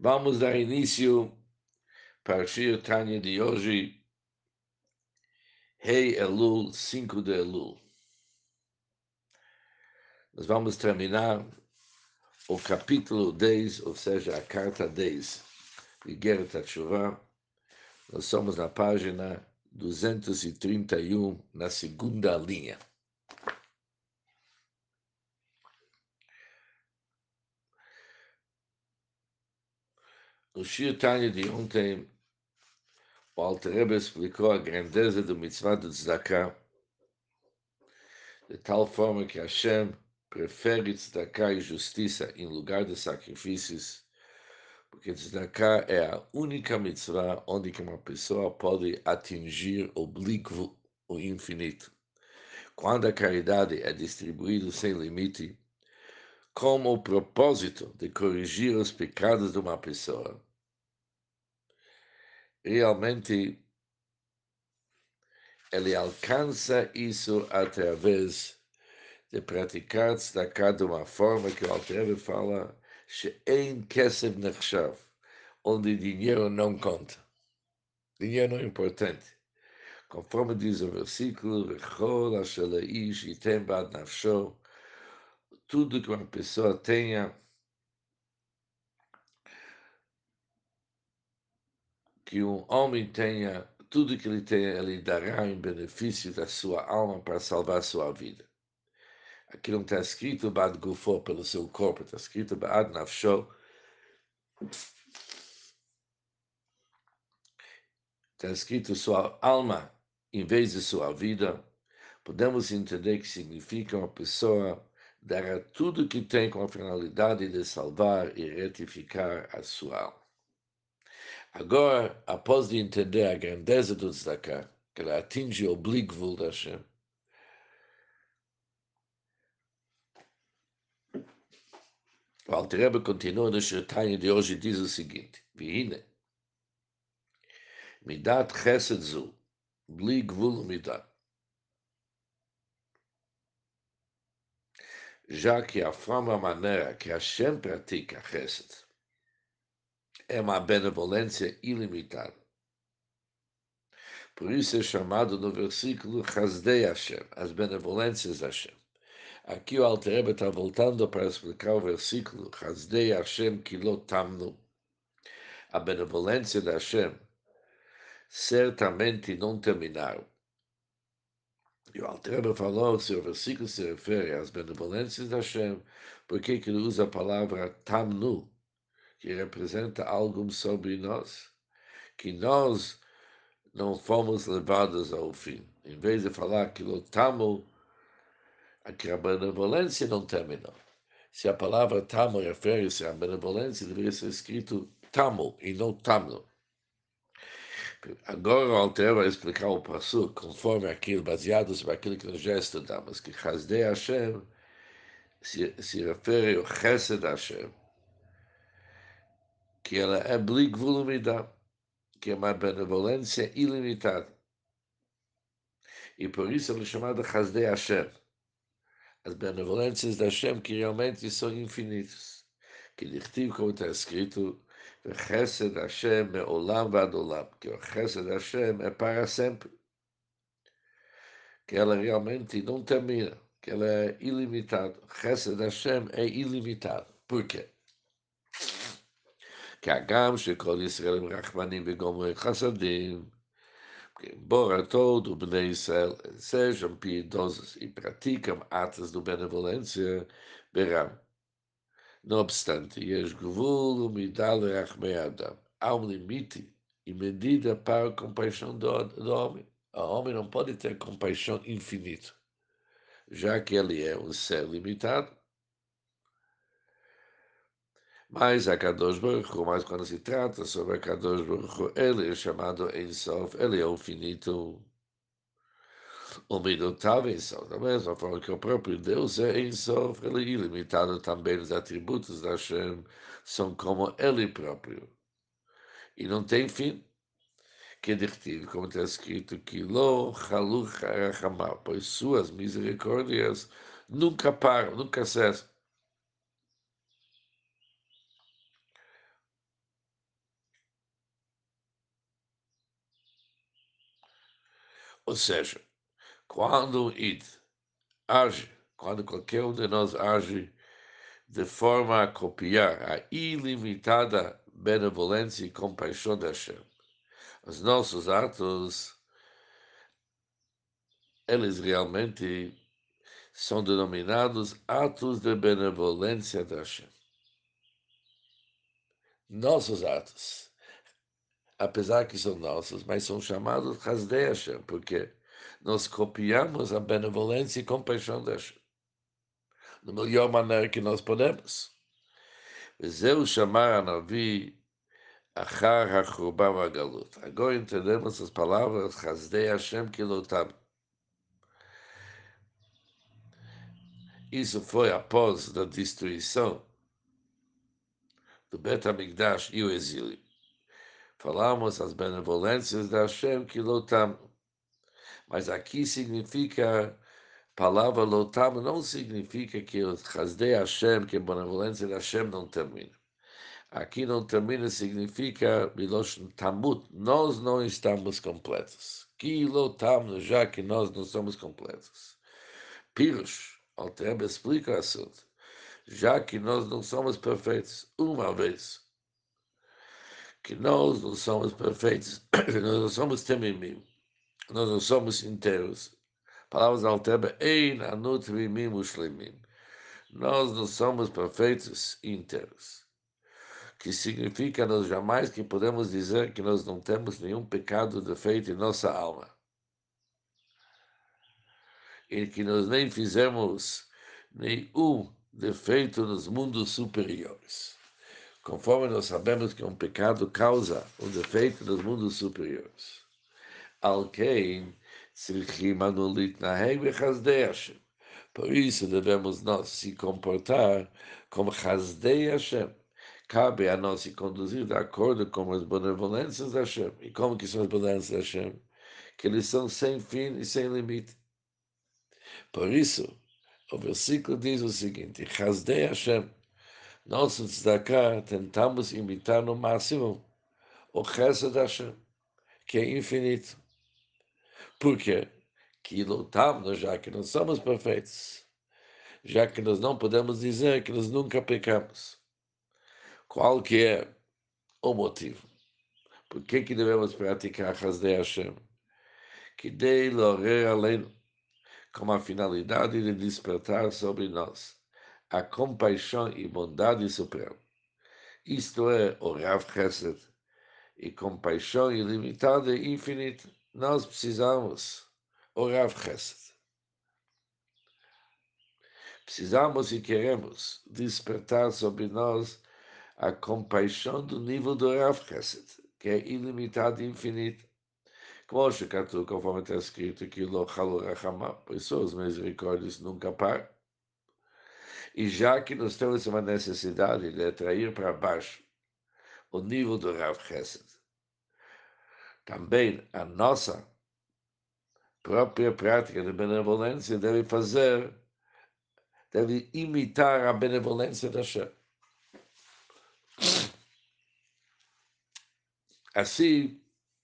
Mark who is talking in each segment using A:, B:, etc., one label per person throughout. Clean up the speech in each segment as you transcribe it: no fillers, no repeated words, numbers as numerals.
A: Vamos dar início para o Shir Tanya de hoje, Rei Elul, 5 de Elul. Nós vamos terminar o capítulo 10, ou seja, a carta 10 de Igeret HaTeshuvah. Nós somos na página 231, na segunda linha. No Shir Tanya de ontem, o Alter Rebbe explicou a grandeza do mitzvah do tzedakah, de tal forma que Hashem prefere tzedakah e justiça em lugar de sacrifícios, porque tzedakah é a única mitzvah onde que uma pessoa pode atingir o oblíquo, o infinito. Quando a caridade é distribuída sem limite, com o propósito de corrigir os pecados de uma pessoa, realmente ele alcança isso através de praticar tzedakah de uma forma que o Alter Rebbe fala she'ein kesef nechshav, onde dinheiro não conta. Dinheiro não é importante. Conforme diz o versículo, "Vechol asher leish yitem ba'ad nafsho", tudo que uma pessoa tenha, que um homem tenha, tudo que ele tenha, ele dará em benefício da sua alma para salvar sua vida. Aqui não está escrito ba'ad gufo, pelo seu corpo, está escrito ba'ad nafsho, está escrito sua alma em vez de sua vida. Podemos entender que significa uma pessoa dará tudo que tem com a finalidade de salvar e retificar a sua alma. Agora, após de entender a grandeza do tzedakah, que ela atinge o oblíquo da Hashem, o Alter Rebbe continua no Shirtanya de hoje e diz o seguinte: Vihine, midat chesed zu, bli gvul midat. Já que a forma, a maneira que Hashem pratica chesed é uma benevolência ilimitada. Por isso é chamado no versículo Chazdei Hashem, as benevolências de Hashem. Aqui o Alter Rebbe está voltando para explicar o versículo Chazdei Hashem kilot tamnu. A benevolência de Hashem certamente não terminaram. E o Alter Rebbe falou, se o versículo se refere às benevolências de Hashem, por que ele usa a palavra tamnu, que representa algo sobre nós, que nós não fomos levados ao fim. Em vez de falar que lotamo, aqui a benevolência não terminou. Se a palavra tamo refere-se à benevolência, deveria ser escrito tamo e não tamno. Agora o Alter vai explicar o passo conforme aquilo, baseado sobre aquilo que nós já estudamos, que Chazdei Hashem se refere ao Chesed Hashem, que ela é bli gvul midah, que é uma benevolência ilimitada. E por isso ela é chamada Chazdei Hashem. As benevolências de Hashem que realmente são infinitas. Que dichtiv, como está escrito, Chesed Hashem me'olam v'ad olam, que o Chesed Hashem é para sempre. Que ela realmente não termina, que ela é ilimitada. Chesed Hashem é ilimitado. Por quê? Que Hagam shekol Yisrael rachmanim v'gomrim chassadim, porque embora todo o Bnei Israel sejam piedosos e praticam atos de benevolência, verão. No obstante, yesh gvul u'midah lerachmei Adam. Há um limite e medida para a compaixão do homem. O homem não pode ter compaixão infinita, já que ele é um ser limitado. Mas a Kadosh Baruch Hu, mas quando se trata sobre a Kadosh Baruch Hu, ele é chamado Ein Sof, ele é o finito. O Midotav Ein Sof, da mesma forma que o próprio Deus é Ein Sof, ele é ilimitado também, os atributos da Hashem são como ele próprio. E não tem fim. Que dirtivo, como está escrito, que lo chaluch arachamah, pois suas misericórdias nunca param, nunca cessam. Ou seja, quando um id age, quando qualquer um de nós age de forma a copiar a ilimitada benevolência e compaixão de Hashem, os nossos atos, eles realmente são denominados atos de benevolência de Hashem. Nossos atos, apesar que são nossos, mas são chamados Hasdei Hashem, porque nós copiamos a benevolência e compaixão de Hashem, da melhor maneira que nós podemos. Zeu chamar a Navi Achar HaChurban VaGalut. Agora entendemos as palavras Hasdei Hashem Kilotam. Isso foi após a destruição do Bet HaMikdash e o exílio. Falamos as benevolências de Hashem Kilotam. Mas aqui significa, palavra Lotam não significa que o Hasdei Hashem, que a benevolência de Hashem não termina. Aqui não termina significa Milosh Tamut, nós não estamos completos. Kilotam, já que nós não somos completos. Pirush, Alter explica o assunto. Já que nós não somos perfeitos, uma vez que nós não somos perfeitos, nós não somos temimim, nós não somos inteiros. Palavras Alteba, Ein Anut Vimim Ushlimim. Nós não somos perfeitos e inteiros. Que significa nós jamais que podemos dizer que nós não temos nenhum pecado defeito em nossa alma. E que nós nem fizemos nenhum defeito nos mundos superiores. Conforme nós sabemos que um pecado causa um defeito nos mundos superiores. Alkein, צריכים אנו להתנהג בחסדי השם. Por isso devemos nós se comportar como Hasdei Hashem. Cabe a nós se conduzir de acordo com as benevolências de Hashem. E como que são as benevolências de Hashem? Que eles são sem fim e sem limite. Por isso, o versículo diz o seguinte: Hasdei Hashem. Nós, no Tzedakah, tentamos imitar no máximo o Chesed Hashem, que é infinito. Por quê? Que lutamos, já que não somos perfeitos, já que nós não podemos dizer que nós nunca pecamos. Qual que é o motivo? Por que devemos praticar Hasdei Hashem? Que dei lorer além, com a finalidade de despertar sobre nós a compaixão e bondade suprema. Isto é o Rav Chesed, e compaixão ilimitada e infinita. Nós precisamos o Rav Chesed. Precisamos e queremos despertar sobre nós a compaixão do nível do Rav Chesed, que é ilimitado e infinito. Como conforme está escrito aqui, Lo Chalu Rachamá, pois suas misericórdias nunca param. E já que nós temos uma necessidade de atrair para baixo o nível do Rav Chesed, também a nossa própria prática de benevolência deve imitar a benevolência da Hashem. Assim,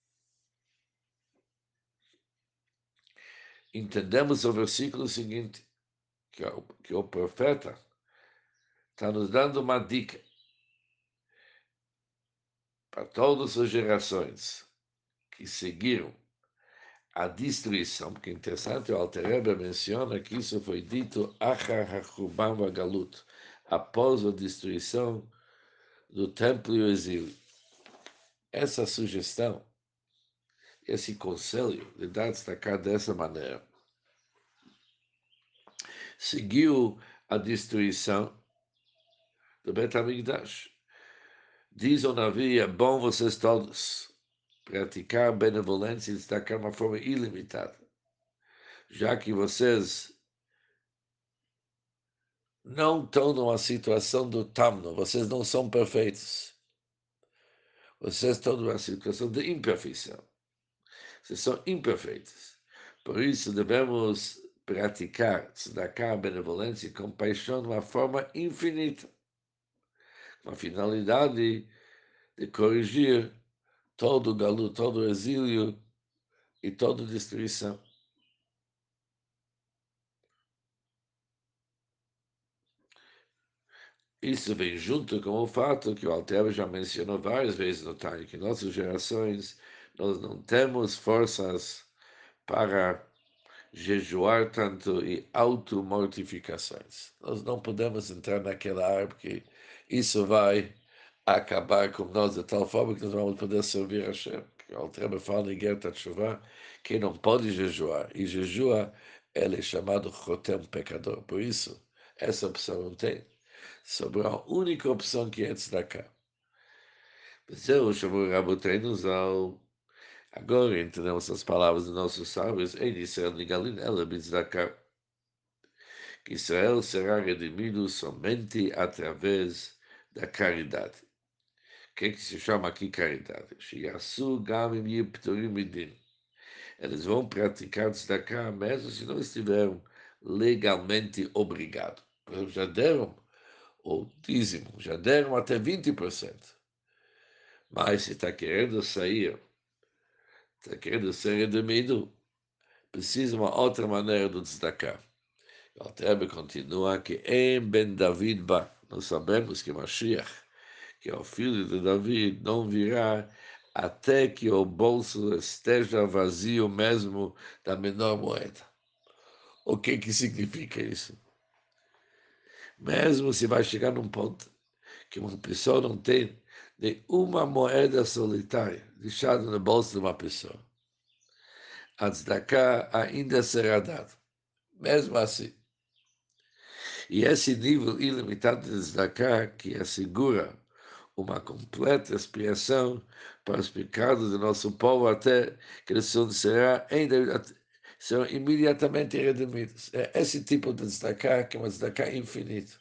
A: entendemos o versículo seguinte, que o profeta está nos dando uma dica para todas as gerações que seguiram a destruição, porque é interessante, o Alter Rebbe menciona que isso foi dito Achar HaChurban VaGalut, após a destruição do templo e o exílio. Essa sugestão, esse conselho de dar destacar dessa maneira, seguiu a destruição do Bet HaMikdash. Diz o Navi, é bom vocês todos praticar benevolência e destacar de uma forma ilimitada, já que vocês não estão numa situação do tamno, vocês não são perfeitos. Vocês estão numa situação de imperfeição. Vocês são imperfeitos. Por isso devemos praticar, tzedakah, benevolência e compaixão de uma forma infinita, com a finalidade de corrigir todo o galu, todo o exílio e toda destruição. Isso vem junto com o fato que o Alter já mencionou várias vezes no Tânia, que nossas gerações, nós não temos forças para jejuar tanto e automortificações. Nós não podemos entrar naquela área, porque isso vai acabar com nós de tal forma que nós vamos poder servir a Hashem. O Alter fala em Gerta Tshuva que não pode jejuar, e jejua, ele é chamado Chotem pecador. Por isso, essa opção não tem. Sobre a única opção que é tzedakah. Zeu chamou Raboteinu Zal. Agora entendemos as palavras dos nossos sábios. Em Israel Nigalin ela tzedakah. Que Israel será redimido somente através da caridade. O que se chama aqui caridade? Shiyasu gamim yiptorim midin. Eles vão praticar tzedakah mesmo se não estiveram legalmente obrigados. Já deram o dízimo, já deram até 20%. Mas se está querendo sair, está querendo ser redimido, precisa uma outra maneira do tzedakah. O Alter continua que em Ben David ba, nós sabemos que Mashiach, que é o filho de David, não virá até que o bolso esteja vazio mesmo da menor moeda. O que significa isso? Mesmo se vai chegar num ponto que uma pessoa não tem nem uma moeda solitária deixada no bolso de uma pessoa, a tzedakah ainda será dado. Mesmo assim. E esse nível ilimitado de tzedakah que assegura uma completa expiação para os pecados do nosso povo até que eles serão imediatamente redimidos. É esse tipo de tzedakah que é uma tzedakah infinita.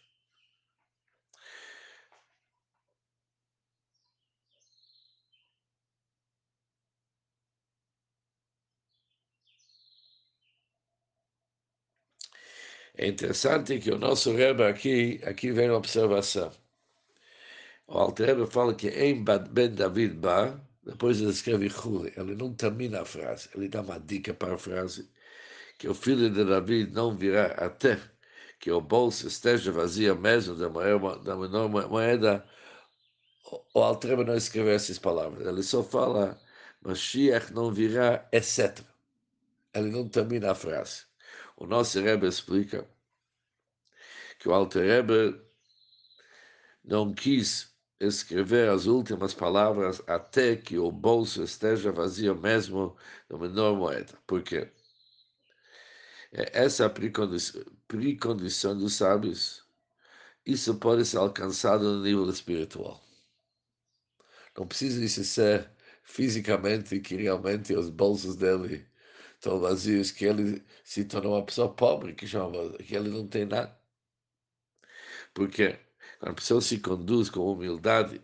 A: É interessante que o nosso Rebbe aqui vem uma observação. O Alter Rebbe fala que em Ben David Ba, depois ele escreve Chule, ele não termina a frase, ele dá uma dica para a frase, que o filho de David não virá até que o bolso esteja vazio mesmo da menor moeda. O Alter Rebbe não escreveu essas palavras, ele só fala, Mashiach não virá, etc. Ele não termina a frase. O nosso Rebbe explica que o Alter Rebbe não quis escrever as últimas palavras até que o bolso esteja vazio mesmo da menor moeda. Por quê? Essa é a precondição dos sábios. Isso pode ser alcançado no nível espiritual. Não precisa isso ser fisicamente que realmente os bolsos dele estão vazios, que ele se tornou uma pessoa pobre, que ele não tem nada. Porque quando a pessoa se conduz com humildade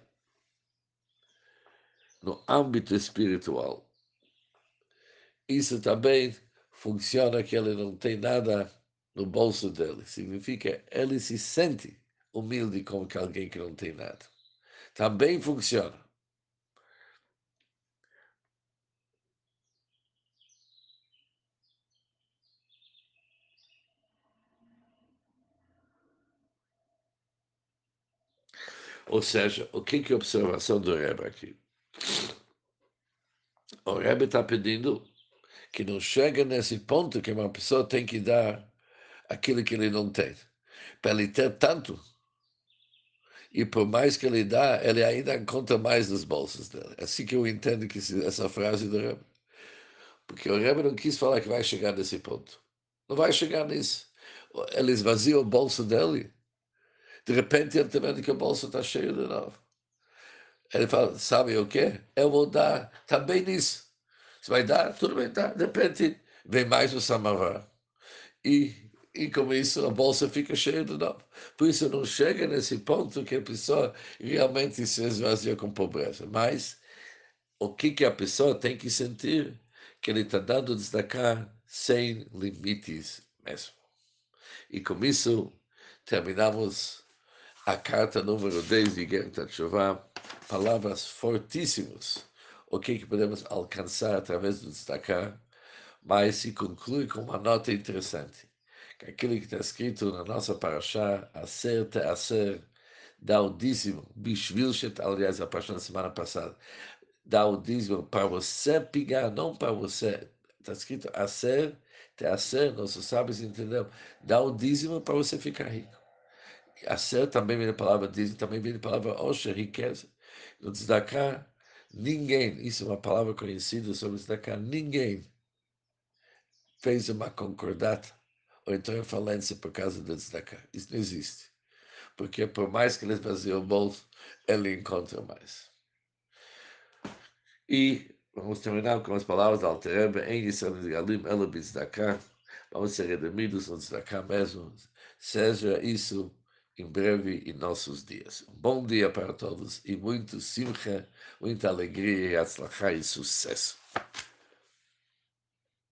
A: no âmbito espiritual, isso também funciona que ele não tem nada no bolso dele. Significa ele se sente humilde como que alguém que não tem nada. Também funciona. Ou seja, o que é a observação do Rebbe aqui? O Rebbe está pedindo que não chega nesse ponto que uma pessoa tem que dar aquilo que ele não tem. Para ele ter tanto, e por mais que ele dá, ele ainda encontra mais nos bolsos dele. É assim que eu entendo que essa frase do Rebbe. Porque o Rebbe não quis falar que vai chegar nesse ponto. Não vai chegar nisso. Ele esvazia o bolso dele. De repente ele está vendo que o bolso está cheio de novo. Ele fala, sabe o quê? Eu vou dar também nisso. Você vai dar? Tudo bem, tá? De repente vem mais o samará. E, e com isso a bolsa fica cheia de novo. Por isso não chega nesse ponto que a pessoa realmente se esvazia com pobreza. Mas o que a pessoa tem que sentir? Que ele está dando destacar sem limites mesmo. E com isso terminamos a carta número 10 de Gerta Tshuva, palavras fortíssimas. O que podemos alcançar através do destacar? Mas se conclui com uma nota interessante, que aquilo que está escrito na nossa paraxá, Aser te Aser, dá o dízimo, Bishvil Shet, aliás, a paixão da semana passada, dá o dízimo para você pegar, não para você. Está escrito Aser te Aser, nossos sábios entenderam, dá o dízimo para você ficar rico. Aser também vem da palavra dízimo, também vem da palavra Osher, riqueza. No Tzedakah, ninguém, isso é uma palavra conhecida sobre Tzedakah, ninguém fez uma concordata ou entrou em falência por causa do tzedakah. Isso não existe. Porque por mais que ele esvazie o bolso, ele encontra mais. E vamos terminar com as palavras da Altereba, em Yisrael de Galim, ela tzedakah. Vamos ser redimidos no tzedakah mesmo. Seja isso em breve em nossos dias. Um bom dia para todos e muito simcha, muita alegria e atzlachá e sucesso.